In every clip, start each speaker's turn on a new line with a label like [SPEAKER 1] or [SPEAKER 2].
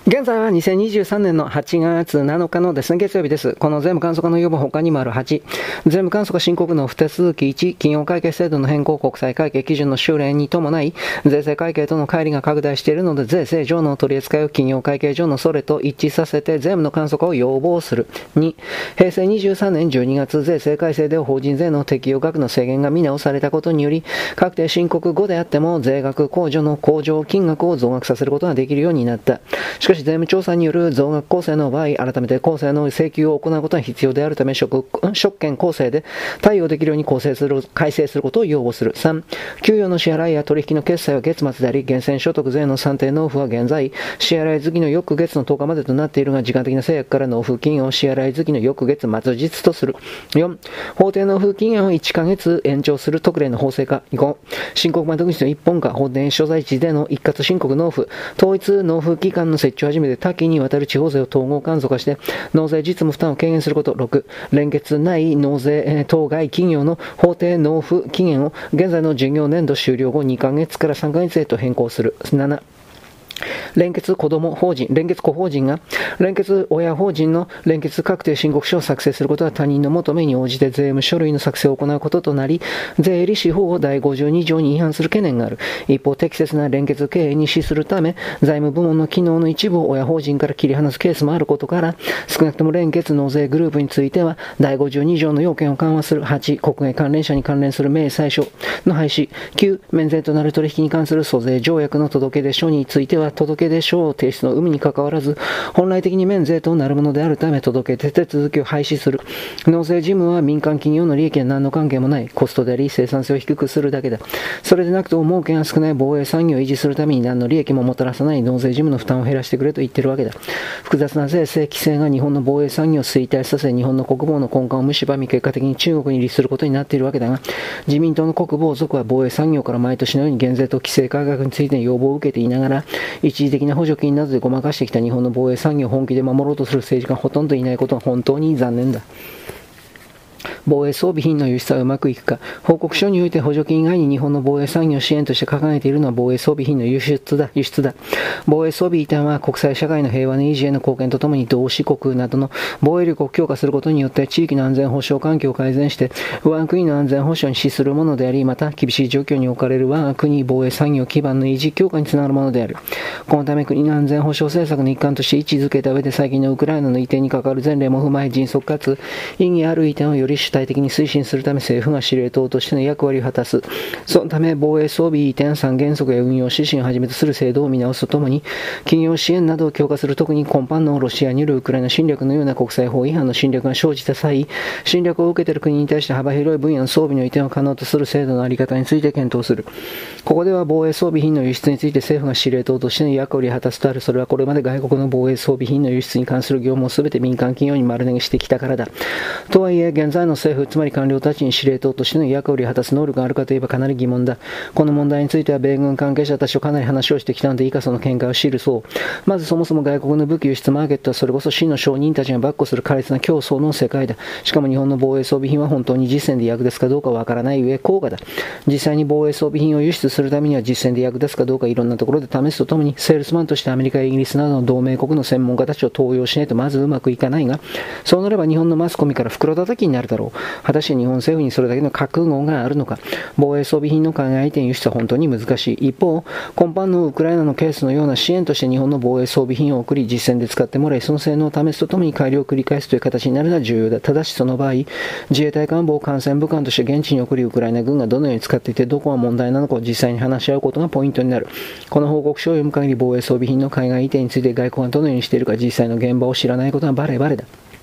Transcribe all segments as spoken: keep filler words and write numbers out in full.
[SPEAKER 1] 現在はにせんにじゅうさんねんのはちがつなのかのですね、月曜日です。この税務簡素化の要望他にもあるはち、税務簡素化申告の不手続きいち、企業会計制度の変更、国際会計基準の修練に伴い、税制会計との乖離が拡大しているので、税制上の取り扱いを企業会計上のそれと一致させて税務の簡素化を要望する。に、平成にじゅうさんねんじゅうにがつ税制改正で法人税の適用額の制限が見直されたことにより、確定申告後であっても税額控除の控除金額を増額させることができるようになった。しかし税務調査による増額構成の場合、改めて構成の請求を行うことが必要であるため、職職権構成で対応できるように構成する改正することを要望する。さん、給与の支払いや取引の決済は月末であり、源泉所得税の算定納付は現在、支払い月の翌月のとおかまでとなっているが、時間的な制約から納付期限を支払い月の翌月末日とする。よん、法定納付期限をいっかげつ延長する特例の法制化。ご、申告窓口の一本化、法定所在地での一括申告納付、統一納付機関の設置をはじめて多岐にわたる地方税を統合簡素化して納税実務負担を軽減すること。ろく、連結ない納税当該企業の法定納付期限を現在の事業年度終了後にかげつからさんかげつへと変更する。なな、連結子ども法人、連結子法人が連結親法人の連結確定申告書を作成することは他人の求めに応じて税務書類の作成を行うこととなり、税理士法をだいごじゅうに条に違反する懸念がある。一方、適切な連結経営に資するため、財務部門の機能の一部を親法人から切り離すケースもあることから、少なくとも連結納税グループについては、だいごじゅうに条の要件を緩和する。はち、国外関連者に関連する明細書の廃止。きゅう、免税となる取引に関する租税条約の届出書については、届出書提出の有無にかかわらず、本来的に免税となるものであるため、届け手続きを廃止する。納税事務は民間企業の利益は何の関係もない。コストであり、生産性を低くするだけだ。それでなくとも儲けが少ない防衛産業を維持するために何の利益ももたらさない納税事務の負担を減らしてくれと言ってるわけだ。複雑な税制規制が日本の防衛産業を衰退させ、日本の国防の根幹を蝕み、結果的に中国に利することになっているわけだが、自民党の国防族は防衛産業から毎年のように減税と規制改革について要望を受けていながら、一時的な補助金などでごまかしてきた日本の防衛産業を本気で守ろうとする政治家がほとんどいないことは本当に残念だ。防衛装備品の輸出はうまくいくか。報告書において補助金以外に日本の防衛産業支援として掲げているのは防衛装備品の輸出だ。輸出だ。防衛装備移転は国際社会の平和の維持への貢献とともに同志国などの防衛力を強化することによって地域の安全保障環境を改善して我が国の安全保障に資するものであり、また厳しい状況に置かれる我が国防衛産業基盤の維持強化につながるものである。このため国の安全保障政策の一環として位置づけた上で最近のウクライナの移転に関わる前例も踏まえ迅速かつ意義ある移転をより主体的に推進するため政府が司令塔としての役割を果たす。そのため防衛装備移転三原則や運用指針をはじめとする制度を見直すとともに企業支援などを強化する。特に今般のロシアによるウクライナ侵略のような国際法違反の侵略が生じた際、侵略を受けている国に対して幅広い分野の装備の移転を可能とする制度の在り方について検討する。ここでは防衛装備品の輸出について政府が司令塔としての役割を果たすとある。それはこれまで外国の防衛装備品の輸出に関する業務を全て民間企業に丸投げしてきたからだ。とはいえ現在の政府つまり官僚たちに司令塔としての役割を果たす能力があるかといえばかなり疑問だ。この問題については米軍関係者たちとかなり話をしてきたので以下その見解を記そう。まずそもそも外国の武器輸出マーケットはそれこそ真の商人たちが跋扈する苛烈な競争の世界だ。しかも日本の防衛装備品は本当に実戦で役立つかどうかわからない上高価だ。実際に防衛装備品を輸出するためには実戦で役立つかどうかいろんなところで試すとともにセールスマンとしてアメリカやイギリスなどの同盟国の専門家たちを登用しないとまずうまくいかないが、そうなれば日本のマスコミから袋叩きになるだろう。果たして日本政府にそれだけの覚悟があるのか。防衛装備品の海外移転輸出は本当に難しい。一方、今般のウクライナのケースのような支援として日本の防衛装備品を送り実戦で使ってもらいその性能を試すとともに改良を繰り返すという形になるのは重要だ。ただしその場合、自衛隊幹部を艦船武官として現地に送りウクライナ軍がどのように使っていてどこが問題なのかを実際に話し合うことがポイントになる。この報告書を読む限り防衛装備品の海外移転について外交がどのようにしているか実際の現場を知らないことはバレバレだ。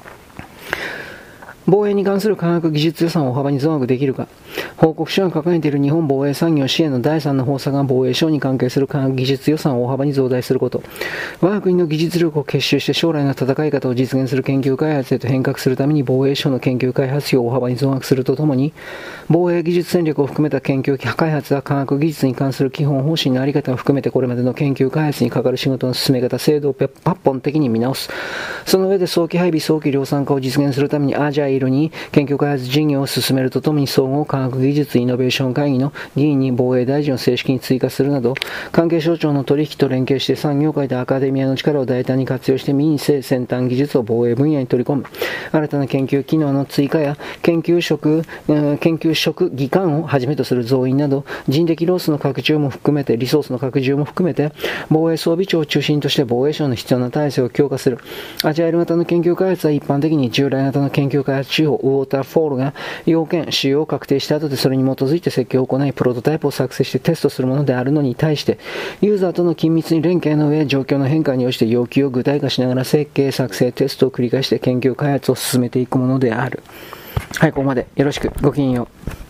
[SPEAKER 1] 防衛に関する科学技術予算を大幅に増額できるか。報告書が掲げている日本防衛産業支援のだいさんの方策が防衛省に関係する科学技術予算を大幅に増大すること。我が国の技術力を結集して将来の戦い方を実現する研究開発へと変革するために防衛省の研究開発費を大幅に増額するとともに、防衛技術戦略を含めた研究開発や科学技術に関する基本方針の在り方を含めてこれまでの研究開発にかかる仕事の進め方、制度を抜本的に見直す。その上で早期配備、早期量産化を実現するためにアジャイルに研究開発事業を進めるとともに総合科学技学技術イノベーション会議の議員に防衛大臣を正式に追加するなど、関係省庁の取引と連携して産業界でアカデミアの力を大胆に活用して民生先端技術を防衛分野に取り込む。新たな研究機能の追加や研究職、研究職技官をはじめとする増員など、人的ロスの拡充も含めて、リソースの拡充も含めて、防衛装備庁を中心として防衛省の必要な体制を強化する。アジャイル型の研究開発は一般的に従来型の研究開発手法、ウォーターフォールが要件、仕様を確定した後でそれに基づいて設計を行い、プロトタイプを作成してテストするものであるのに対して、ユーザーとの緊密に連携の上、状況の変化に応じて要求を具体化しながら設計、作成、テストを繰り返して研究開発を進めていくものである。はい、ここまでよろしく。ごきげんよう。